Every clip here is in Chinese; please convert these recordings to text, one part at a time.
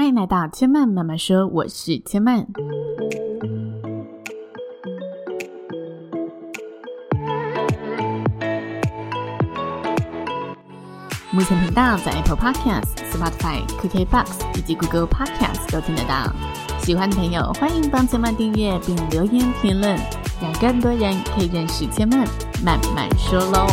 欢迎来到千曼慢慢说，我是千曼。目前频道在 Apple Podcast、Spotify、KKBOX 以及 Google Podcast 都听得到。喜欢的朋友欢迎帮千曼订阅并留言评论，让更多人可以认识千曼慢慢说咯。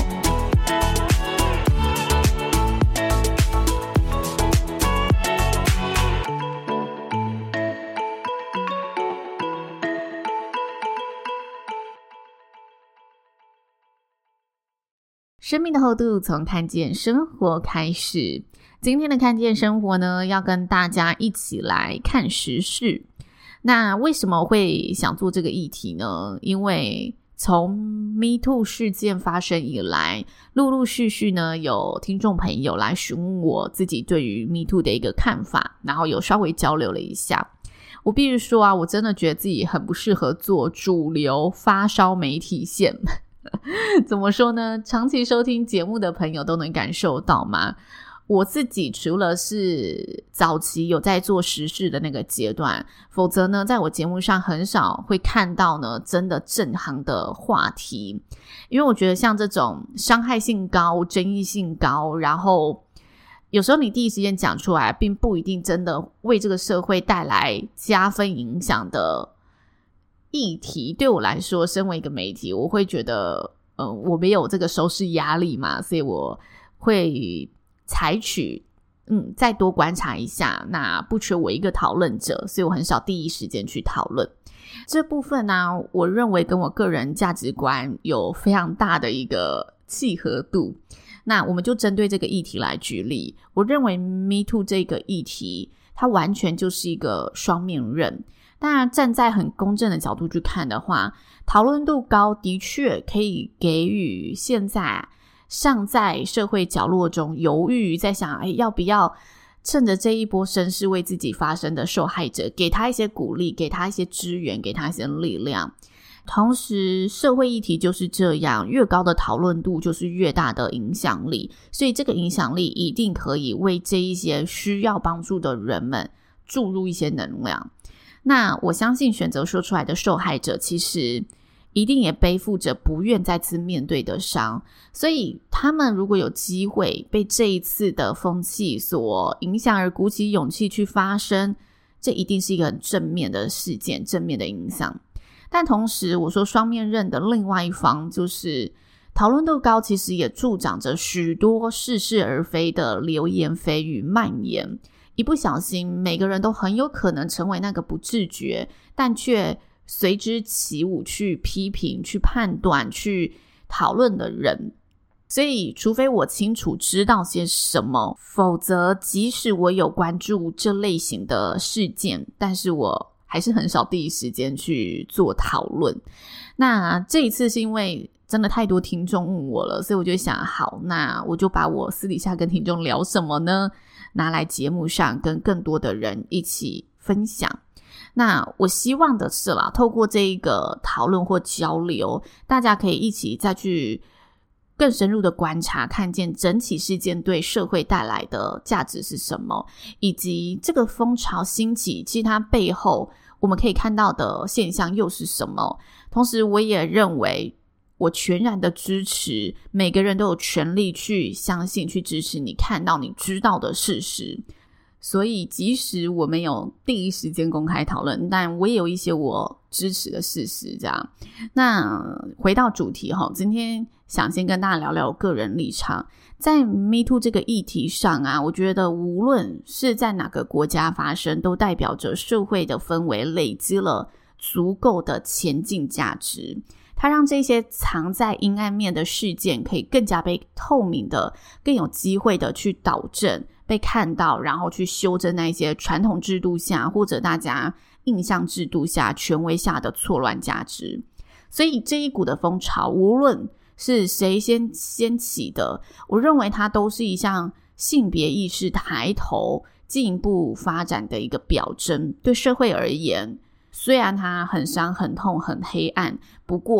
生命的厚度从看见生活开始。今天的看见生活呢，要跟大家一起来看时事。那为什么会想做这个议题呢？因为从 MeToo 事件发生以来，陆陆续续呢有听众朋友来询问我自己对于 MeToo 的一个看法，然后有稍微交流了一下。我必须说啊，我真的觉得自己很不适合做主流发烧媒体线。怎么说呢？长期收听节目的朋友都能感受到吗？我自己除了是早期有在做时事的那个阶段，否则呢在我节目上很少会看到呢真的正行的话题。因为我觉得像这种伤害性高、争议性高，然后有时候你第一时间讲出来并不一定真的为这个社会带来加分影响的议题，对我来说身为一个媒体，我会觉得我没有这个收视压力嘛，所以我会采取再多观察一下，那不缺我一个讨论者，所以我很少第一时间去讨论这部分呢。我认为跟我个人价值观有非常大的一个契合度。那我们就针对这个议题来举例。我认为 MeToo 这个议题它完全就是一个双面刃。当然站在很公正的角度去看的话，讨论度高的确可以给予现在尚在社会角落中犹豫在想要不要趁着这一波声势为自己发声的受害者给他一些鼓励，给他一些支援，给他一些力量。同时社会议题就是这样，越高的讨论度就是越大的影响力，所以这个影响力一定可以为这一些需要帮助的人们注入一些能量。那我相信选择说出来的受害者其实一定也背负着不愿再次面对的伤，所以他们如果有机会被这一次的风气所影响而鼓起勇气去发声，这一定是一个很正面的事件，正面的影响。但同时我说双面刃的另外一方就是讨论度高，其实也助长着许多似是而非的流言蜚语蔓延。一不小心每个人都很有可能成为那个不自觉但却随之起舞去批评、去判断、去讨论的人。所以除非我清楚知道些什么，否则即使我有关注这类型的事件，但是我还是很少第一时间去做讨论。那这一次是因为真的太多听众问我了，所以我就想好，那我就把我私底下跟听众聊什么呢拿来节目上跟更多的人一起分享。那我希望的是啦，透过这一个讨论或交流，大家可以一起再去更深入的观察，看见整起事件对社会带来的价值是什么，以及这个风潮兴起其实它背后我们可以看到的现象又是什么。同时我也认为我全然的支持每个人都有权利去相信、去支持你看到你知道的事实。所以即使我没有第一时间公开讨论，但我也有一些我支持的事实这样。那回到主题今天想先跟大家聊聊我个人立场。在 MeToo 这个议题上啊，我觉得无论是在哪个国家发生，都代表着社会的氛围累积了足够的前进价值。它让这些藏在阴暗面的事件可以更加被透明的、更有机会的去导正、被看到，然后去修正那些传统制度下或者大家印象制度下、权威下的错乱价值。所以这一股的风潮，无论是谁先起的，我认为它都是一项性别意识抬头、进一步发展的一个表征。对社会而言，虽然它很伤、很痛、很黑暗，不过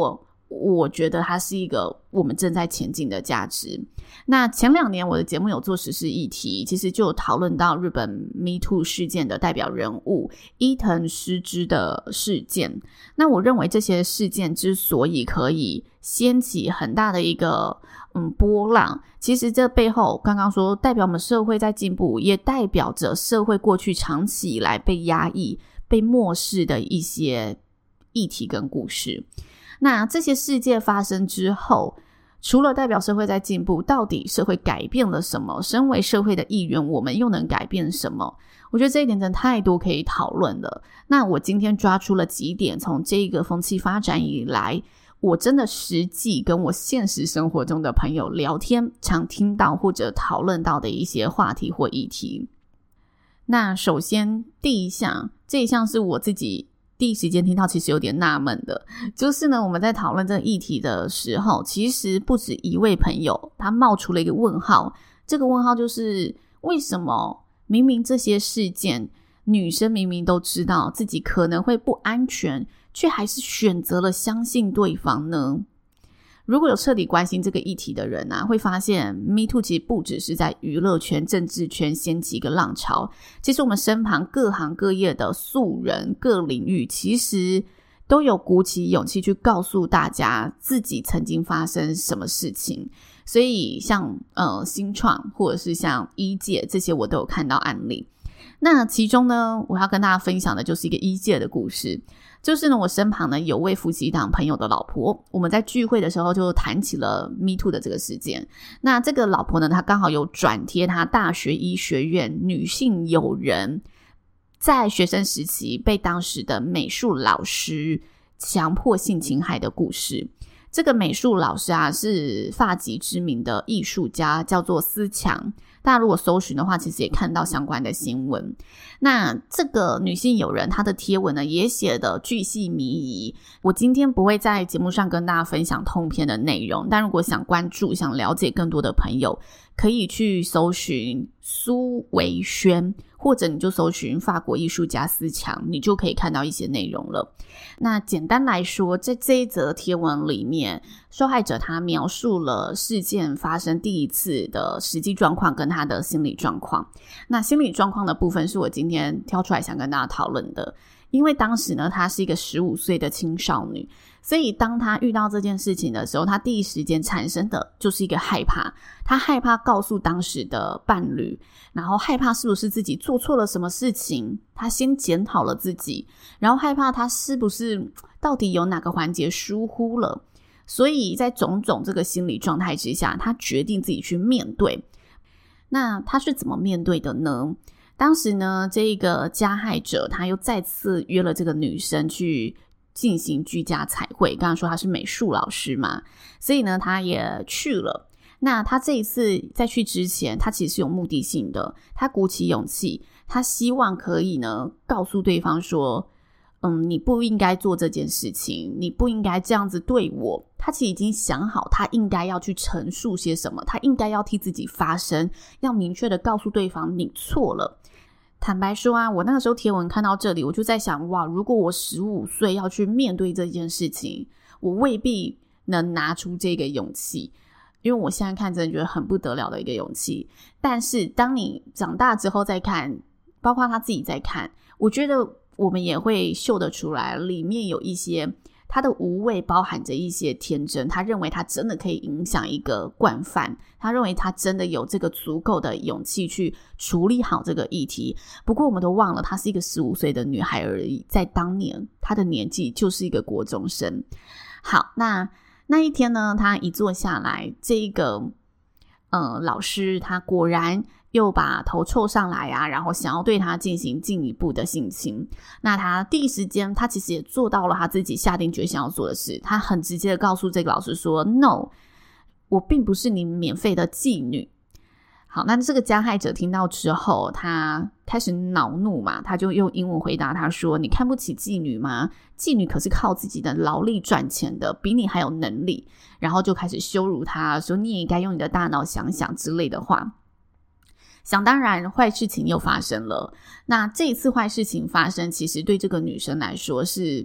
我觉得它是一个我们正在前进的价值。那前2年我的节目有做时事议题，其实就有讨论到日本 Me Too 事件的代表人物伊藤诗织的事件。那我认为这些事件之所以可以掀起很大的一个波浪，其实这背后刚刚说代表我们社会在进步，也代表着社会过去长期以来被压抑被漠视的一些议题跟故事。那这些事件发生之后，除了代表社会在进步，到底社会改变了什么？身为社会的一员，我们又能改变什么？我觉得这一点真的太多可以讨论了。那我今天抓出了几点，从这个风气发展以来，我真的实际跟我现实生活中的朋友聊天常听到或者讨论到的一些话题或议题。那首先第一项，这一项是我自己第一时间听到其实有点纳闷的，就是呢我们在讨论这个议题的时候，其实不止一位朋友他冒出了一个问号，这个问号就是为什么明明这些事件女生明明都知道自己可能会不安全，却还是选择了相信对方呢？如果有彻底关心这个议题的人会发现 Me Too 其实不只是在娱乐圈政治圈掀起一个浪潮，其实我们身旁各行各业的素人各领域其实都有鼓起勇气去告诉大家自己曾经发生什么事情。所以像新创或者是像医界这些我都有看到案例。那其中呢我要跟大家分享的就是一个医界的故事，就是呢我身旁呢有位夫妻档朋友的老婆，我们在聚会的时候就谈起了 Me Too 的这个事件。那这个老婆呢她刚好有转贴她大学医学院女性友人在学生时期被当时的美术老师强迫性侵害的故事。这个美术老师是法籍知名的艺术家，叫做思强，大家如果搜寻的话其实也看到相关的新闻。那这个女性友人她的贴文呢也写得巨细靡遗，我今天不会在节目上跟大家分享通篇的内容，但如果想关注想了解更多的朋友可以去搜寻苏维轩，或者你就搜寻法国艺术家思强，你就可以看到一些内容了。那简单来说，在这一则贴文里面，受害者他描述了事件发生第一次的实际状况跟他的心理状况。那心理状况的部分是我今天挑出来想跟大家讨论的，因为当时呢她是一个15岁的青少女，所以当她遇到这件事情的时候，她第一时间产生的就是一个害怕，她害怕告诉当时的伴侣，然后害怕是不是自己做错了什么事情，她先检讨了自己，然后害怕她是不是到底有哪个环节疏忽了，所以在种种这个心理状态之下，她决定自己去面对。那她是怎么面对的呢？当时呢这个加害者他又再次约了这个女生去进行居家彩绘，刚刚说他是美术老师嘛，所以呢他也去了。那他这一次在去之前他其实是有目的性的，他鼓起勇气，他希望可以呢告诉对方说你不应该做这件事情，你不应该这样子对我。他其实已经想好他应该要去陈述些什么，他应该要替自己发声，要明确的告诉对方你错了。坦白说我那个时候贴文看到这里，我就在想哇，如果我15岁要去面对这件事情，我未必能拿出这个勇气，因为我现在看真的觉得很不得了的一个勇气。但是当你长大之后再看，包括他自己在看，我觉得我们也会嗅得出来，里面有一些他的无畏包含着一些天真，他认为他真的可以影响一个惯犯，他认为他真的有这个足够的勇气去处理好这个议题。不过我们都忘了她是一个15岁的女孩而已，在当年她的年纪就是一个国中生。好，那一天呢，他一坐下来，这个老师他果然又把头凑上来然后想要对他进行进一步的性侵。那他第一时间他其实也做到了他自己下定决心要做的事，他很直接的告诉这个老师说 No， 我并不是你免费的妓女。好，那这个加害者听到之后他开始恼怒嘛，他就用英文回答他说，你看不起妓女吗？妓女可是靠自己的劳力赚钱的，比你还有能力。然后就开始羞辱他，说你也该用你的大脑想想之类的话。想当然坏事情又发生了。那这一次坏事情发生，其实对这个女生来说是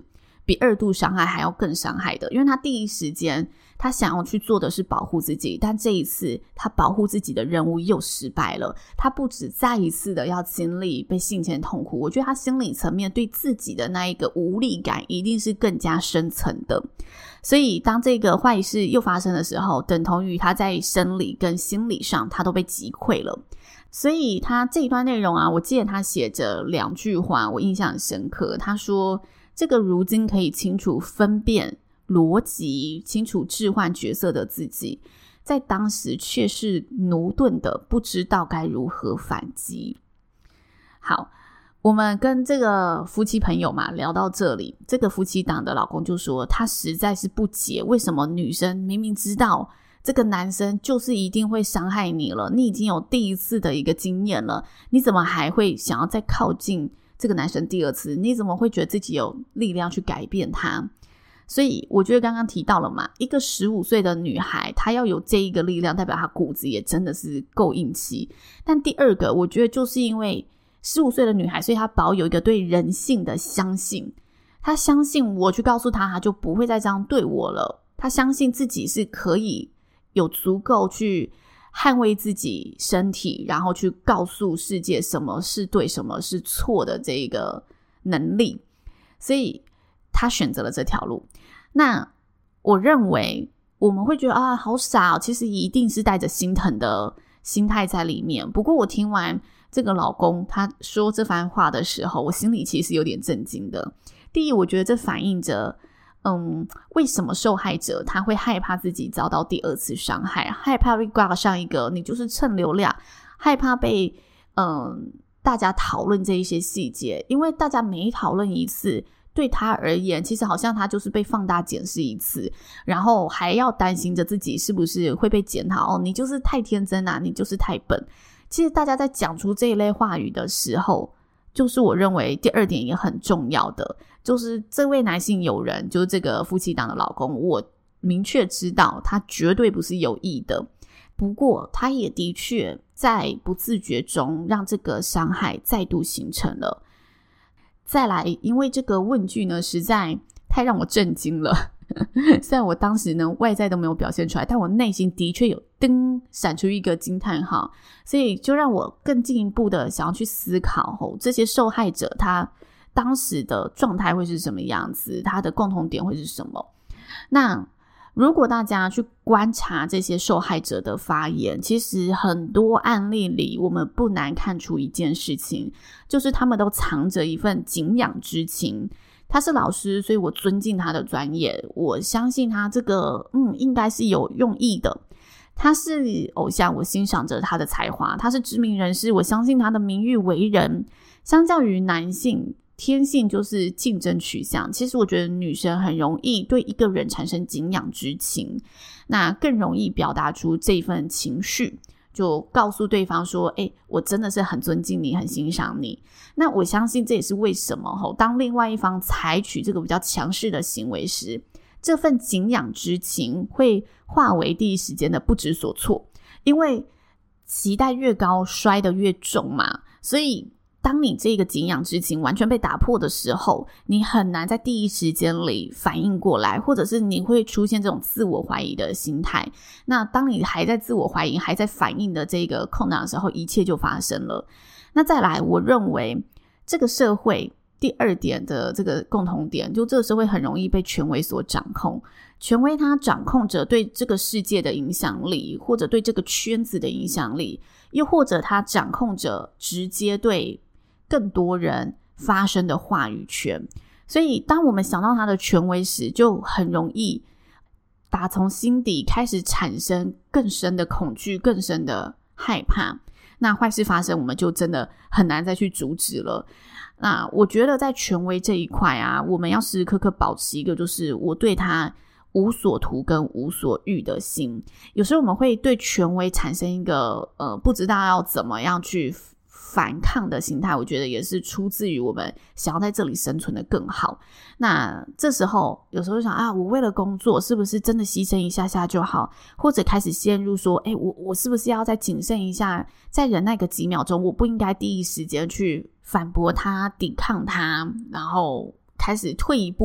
比2度伤害还要更伤害的，因为他第一时间他想要去做的是保护自己，但这一次他保护自己的任务又失败了，他不止再一次的要经历被性侵痛苦，我觉得他心理层面对自己的那一个无力感一定是更加深层的，所以当这个坏事又发生的时候，等同于他在生理跟心理上他都被击溃了。所以他这一段内容啊，我记得他写着2句话我印象很深刻，他说这个如今可以清楚分辨逻辑、清楚置换角色的自己，在当时却是驽钝的，不知道该如何反击。好，我们跟这个夫妻朋友嘛聊到这里，这个夫妻档的老公就说他实在是不解，为什么女生明明知道这个男生就是一定会伤害你了，你已经有第一次的一个经验了，你怎么还会想要再靠近这个男生第2次？你怎么会觉得自己有力量去改变他？所以我觉得刚刚提到了嘛，一个15岁的女孩她要有这一个力量，代表她骨子也真的是够硬气。但第2个我觉得就是因为15岁的女孩，所以她保有一个对人性的相信，她相信我去告诉她，她就不会再这样对我了，她相信自己是可以有足够去捍卫自己身体，然后去告诉世界什么是对什么是错的这个能力，所以他选择了这条路。那我认为我们会觉得啊，好傻哦，其实一定是带着心疼的心态在里面。不过我听完这个老公他说这番话的时候，我心里其实有点震惊的。第一，我觉得这反映着为什么受害者他会害怕自己遭到第2次伤害，害怕被挂上一个你就是蹭流量，害怕被大家讨论这一些细节，因为大家每讨论一次，对他而言其实好像他就是被放大检视一次，然后还要担心着自己是不是会被检讨，你就是太天真啊，你就是太笨。其实大家在讲出这一类话语的时候，就是我认为第2点也很重要的，就是这位男性友人，就是这个夫妻档的老公，我明确知道他绝对不是有意的，不过他也的确在不自觉中让这个伤害再度形成了。再来，因为这个问句呢实在太让我震惊了虽然我当时呢外在都没有表现出来，但我内心的确有噔闪出一个惊叹号，所以就让我更进一步的想要去思考这些受害者他当时的状态会是什么样子，他的共同点会是什么。那如果大家去观察这些受害者的发言，其实很多案例里我们不难看出一件事情，就是他们都藏着一份敬仰之情。他是老师，所以我尊敬他的专业，我相信他这个应该是有用意的。他是偶像，我欣赏着他的才华。他是知名人士，我相信他的名誉为人。相较于男性天性就是竞争取向，其实我觉得女生很容易对一个人产生敬仰之情，那更容易表达出这份情绪，就告诉对方说我真的是很尊敬你，很欣赏你。那我相信这也是为什么当另外一方采取这个比较强势的行为时，这份敬仰之情会化为第一时间的不知所措，因为期待越高摔得越重嘛，所以当你这个敬仰之情完全被打破的时候，你很难在第一时间里反应过来，或者是你会出现这种自我怀疑的心态。那当你还在自我怀疑，还在反应的这个空档的时候，一切就发生了。那再来，我认为这个社会第2点的这个共同点，就这个社会很容易被权威所掌控，权威它掌控着对这个世界的影响力，或者对这个圈子的影响力，又或者它掌控着直接对更多人发声的话语权。所以当我们想到他的权威时，就很容易打从心底开始产生更深的恐惧，更深的害怕。那坏事发生，我们就真的很难再去阻止了。那我觉得在权威这一块啊，我们要时时刻刻保持一个就是我对他无所图跟无所欲的心。有时候我们会对权威产生一个不知道要怎么样去反抗的心态，我觉得也是出自于我们想要在这里生存的更好。那这时候有时候想我为了工作是不是真的牺牲一下下就好，或者开始陷入说我是不是要再谨慎一下，再忍耐个几秒钟，我不应该第一时间去反驳他，抵抗他，然后开始退一步，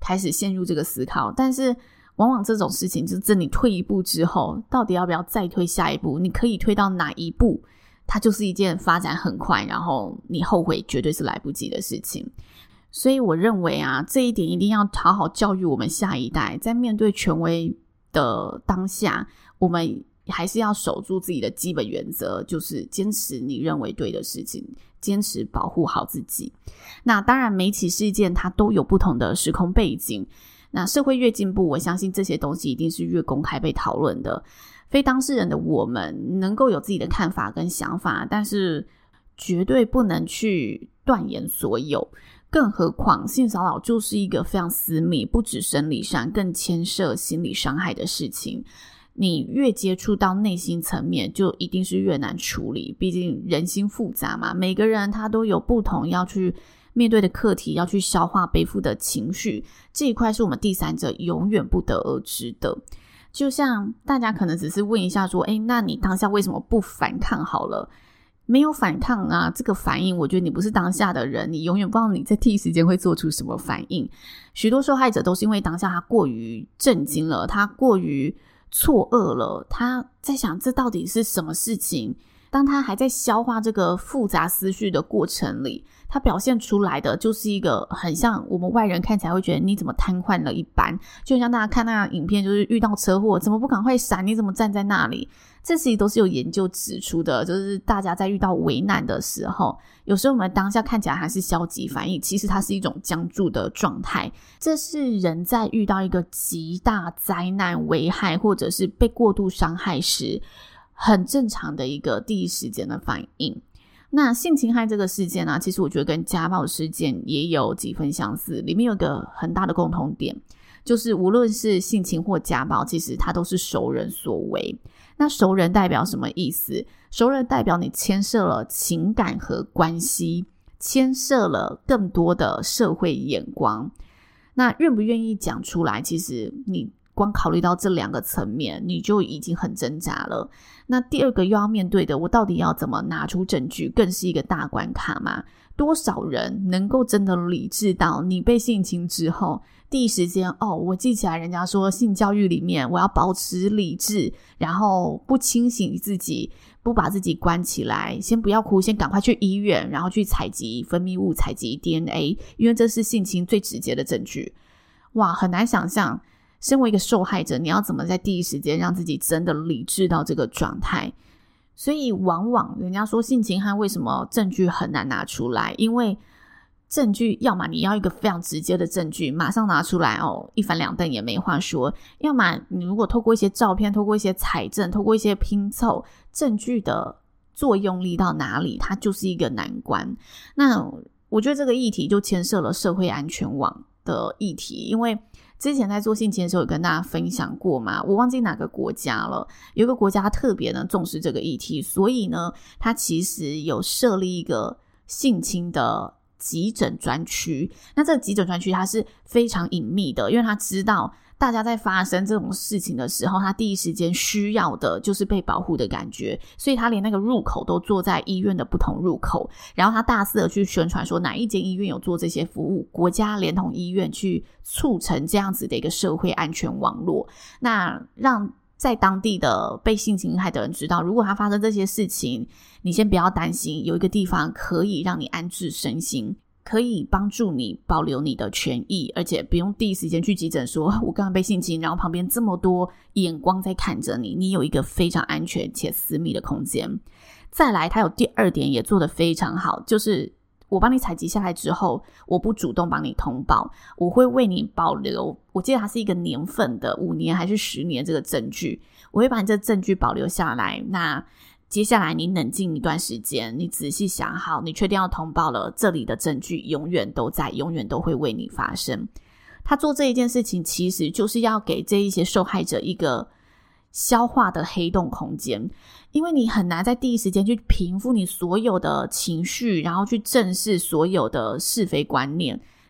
开始陷入这个思考。但是往往这种事情就是你退一步之后，到底要不要再推下一步，你可以推到哪一步，它就是一件发展很快，然后你后悔绝对是来不及的事情。所以我认为啊，这一点一定要好好教育我们下一代，在面对权威的当下，我们还是要守住自己的基本原则，就是坚持你认为对的事情，坚持保护好自己。那当然每起事件它都有不同的时空背景，那社会越进步，我相信这些东西一定是越公开被讨论的。非当事人的我们能够有自己的看法跟想法，但是绝对不能去断言所有。更何况性骚扰就是一个非常私密，不止生理上更牵涉心理伤害的事情，你越接触到内心层面就一定是越难处理，毕竟人心复杂嘛，每个人他都有不同要去面对的课题，要去消化背负的情绪，这一块是我们第三者永远不得而知的。就像大家可能只是问一下说，那你当下为什么不反抗好了？没有反抗啊，这个反应我觉得你不是当下的人，你永远不知道你在第一时间会做出什么反应。许多受害者都是因为当下他过于震惊了，他过于错愕了，他在想这到底是什么事情。当他还在消化这个复杂思绪的过程里，他表现出来的就是一个很像我们外人看起来会觉得你怎么瘫痪了一般，就像大家看那个影片，就是遇到车祸怎么不赶快闪，你怎么站在那里，这其实都是有研究指出的，就是大家在遇到危难的时候，有时候我们当下看起来还是消极反应，其实它是一种僵住的状态，这是人在遇到一个极大灾难危害或者是被过度伤害时很正常的一个第一时间的反应。那性侵害这个事件啊，其实我觉得跟家暴事件也有几分相似，里面有个很大的共同点，就是无论是性侵或家暴，其实它都是熟人所为。那熟人代表什么意思？熟人代表你牵涉了情感和关系，牵涉了更多的社会眼光。那愿不愿意讲出来，其实你光考虑到这两个层面，你就已经很挣扎了。那第二个又要面对的，我到底要怎么拿出证据，更是一个大关卡嘛。多少人能够真的理智到你被性侵之后第一时间我记起来人家说性教育里面我要保持理智，然后不清醒自己，不把自己关起来，先不要哭，先赶快去医院，然后去采集分泌物，采集 DNA， 因为这是性侵最直接的证据。哇，很难想象身为一个受害者，你要怎么在第一时间让自己真的理智到这个状态。所以往往人家说性侵害为什么证据很难拿出来，因为证据要么你要一个非常直接的证据马上拿出来一翻两瞪也没话说，要么你如果透过一些照片，透过一些采证，透过一些拼凑，证据的作用力到哪里，它就是一个难关。那我觉得这个议题就牵涉了社会安全网的议题，因为之前在做性侵的时候有跟大家分享过嘛，我忘记哪个国家了，有一个国家特别呢重视这个议题，所以呢它其实有设立一个性侵的急诊专区。那这个急诊专区它是非常隐秘的，因为他知道大家在发生这种事情的时候，他第一时间需要的就是被保护的感觉，所以他连那个入口都做在医院的不同入口，然后他大肆的去宣传说哪一间医院有做这些服务，国家连同医院去促成这样子的一个社会安全网络，那让在当地的被性侵害的人知道，如果他发生这些事情，你先不要担心，有一个地方可以让你安置身心，可以帮助你保留你的权益，而且不用第一时间去急诊说我刚刚被性侵，然后旁边这么多眼光在看着你，你有一个非常安全且私密的空间。再来他有第二点也做得非常好，就是我帮你采集下来之后，我不主动帮你通报，我会为你保留，我记得它是一个年份的5年还是10年这个证据，我会把你这证据保留下来，那接下来你冷静一段时间，你仔细想好，你确定要通报了，这里的证据永远都在，永远都会为你发生。他做这一件事情其实就是要给这一些受害者一个消化的黑洞空间，因为你很难在第一时间去平复你所有的情绪，然后去正视所有的是非观念，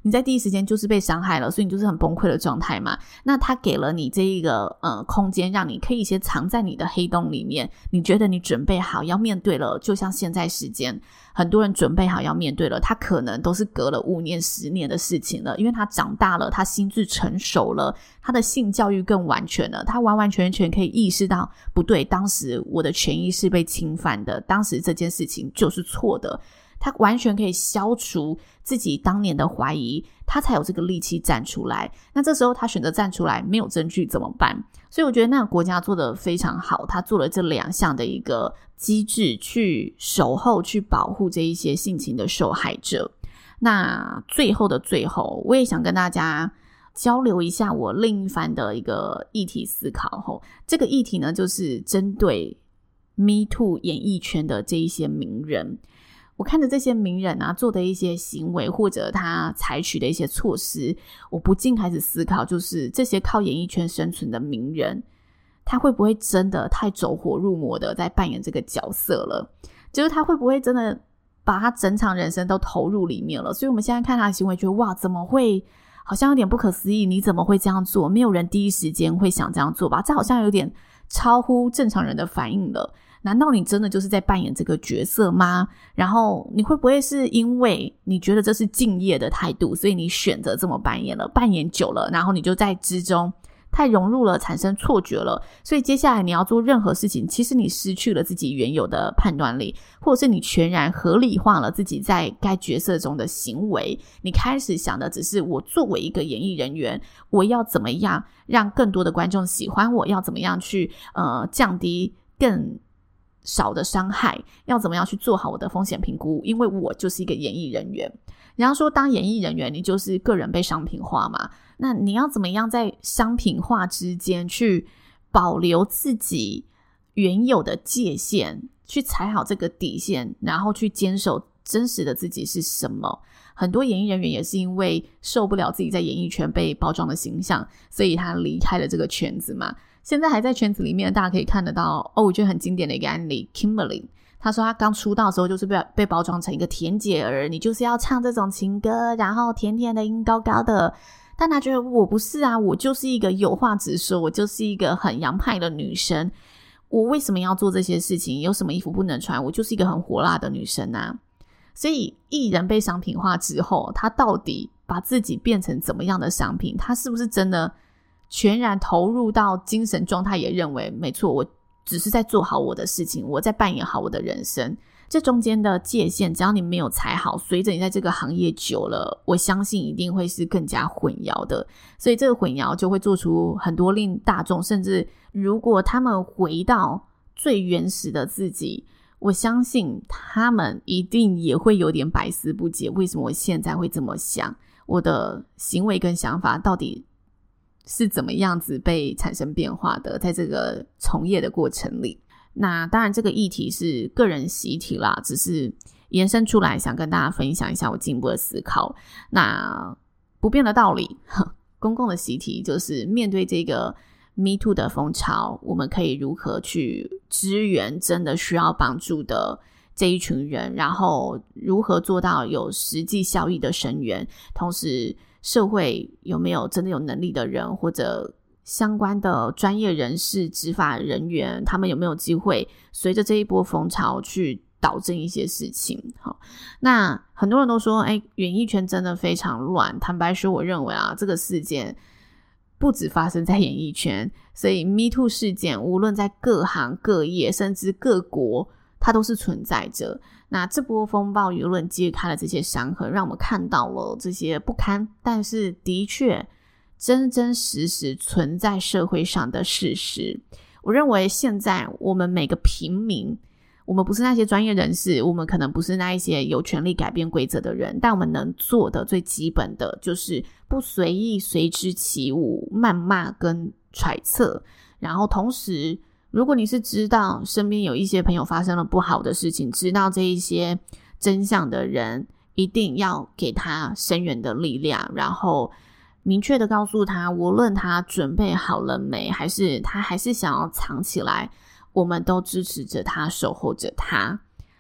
你在第一时间就是被伤害了，所以你就是很崩溃的状态嘛。那他给了你这一个空间，让你可以先藏在你的黑洞里面，你觉得你准备好要面对了，就像现在时间很多人准备好要面对了，他可能都是隔了5年10年的事情了，因为他长大了，他心智成熟了，他的性教育更完全了，他完完全全可以意识到不对，当时我的权益是被侵犯的，当时这件事情就是错的，他完全可以消除自己当年的怀疑，他才有这个力气站出来。那这时候他选择站出来，没有证据怎么办？所以我觉得那个国家做得非常好，他做了这2项的一个机制去守候，去保护这一些性侵的受害者。那最后的最后，我也想跟大家交流一下我另一番的一个议题思考。这个议题呢，就是针对 Me Too 演艺圈的这一些名人，我看着这些名人做的一些行为，或者他采取的一些措施，我不禁开始思考，就是这些靠演艺圈生存的名人，他会不会真的太走火入魔的在扮演这个角色了？就是他会不会真的把他整场人生都投入里面了？所以我们现在看他的行为，觉得哇，怎么会好像有点不可思议，你怎么会这样做？没有人第一时间会想这样做吧？这好像有点超乎正常人的反应了。难道你真的就是在扮演这个角色吗？然后你会不会是因为你觉得这是敬业的态度，所以你选择这么扮演了，扮演久了，然后你就在之中太融入了，产生错觉了，所以接下来你要做任何事情，其实你失去了自己原有的判断力，或者是你全然合理化了自己在该角色中的行为，你开始想的只是我作为一个演艺人员，我要怎么样让更多的观众喜欢我，要怎么样去降低更少的伤害，要怎么样去做好我的风险评估，因为我就是一个演艺人员。人家说当演艺人员你就是个人被商品化嘛，那你要怎么样在商品化之间去保留自己原有的界限，去踩好这个底线，然后去坚守真实的自己是什么。很多演艺人员也是因为受不了自己在演艺圈被包装的形象，所以他离开了这个圈子嘛。现在还在圈子里面，大家可以看得到我觉得很经典的一个案例 Kimberly， 他说他刚出道的时候就是被包装成一个甜姐儿，你就是要唱这种情歌，然后甜甜的音高高的，但他觉得我不是啊，我就是一个有话直说，我就是一个很洋派的女生，我为什么要做这些事情？有什么衣服不能穿？我就是一个很火辣的女生啊。所以艺人被商品化之后，他到底把自己变成怎么样的商品？他是不是真的全然投入到精神状态，也认为没错，我只是在做好我的事情，我在扮演好我的人生。这中间的界限只要你没有踩好，随着你在这个行业久了，我相信一定会是更加混淆的。所以这个混淆就会做出很多令大众，甚至如果他们回到最原始的自己，我相信他们一定也会有点百思不解，为什么我现在会这么想，我的行为跟想法到底是怎么样子被产生变化的，在这个从业的过程里。那当然这个议题是个人习题啦，只是延伸出来想跟大家分享一下我进一步的思考。那不变的道理，公共的习题就是面对这个 Me Too 的风潮，我们可以如何去支援真的需要帮助的这一群人，然后如何做到有实际效益的声援，同时社会有没有真的有能力的人，或者相关的专业人士、执法人员，他们有没有机会随着这一波风潮去导正一些事情。好，那很多人都说演艺圈真的非常乱，坦白说我认为这个事件不只发生在演艺圈，所以 Me Too 事件无论在各行各业甚至各国它都是存在着。那这波风暴舆论揭开了这些伤痕，让我们看到了这些不堪但是的确真真实实存在社会上的事实。我认为现在我们每个平民，我们不是那些专业人士，我们可能不是那一些有权利改变规则的人，但我们能做的最基本的就是不随意随之起舞、谩骂跟揣测。然后同时如果你是知道身边有一些朋友发生了不好的事情，知道这一些真相的人，一定要给他声援的力量，然后明确的告诉他，无论他准备好了没，还是他还是想要藏起来，我们都支持着他，守候着他。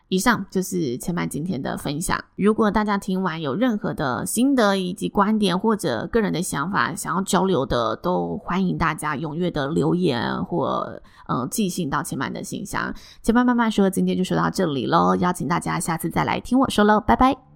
以上就是千曼今天的分享。如果大家听完有任何的心得以及观点或者个人的想法想要交流的，都欢迎大家踊跃的留言或寄信到千曼的信箱。千曼慢慢说今天就说到这里咯，邀请大家下次再来听我说咯，拜拜。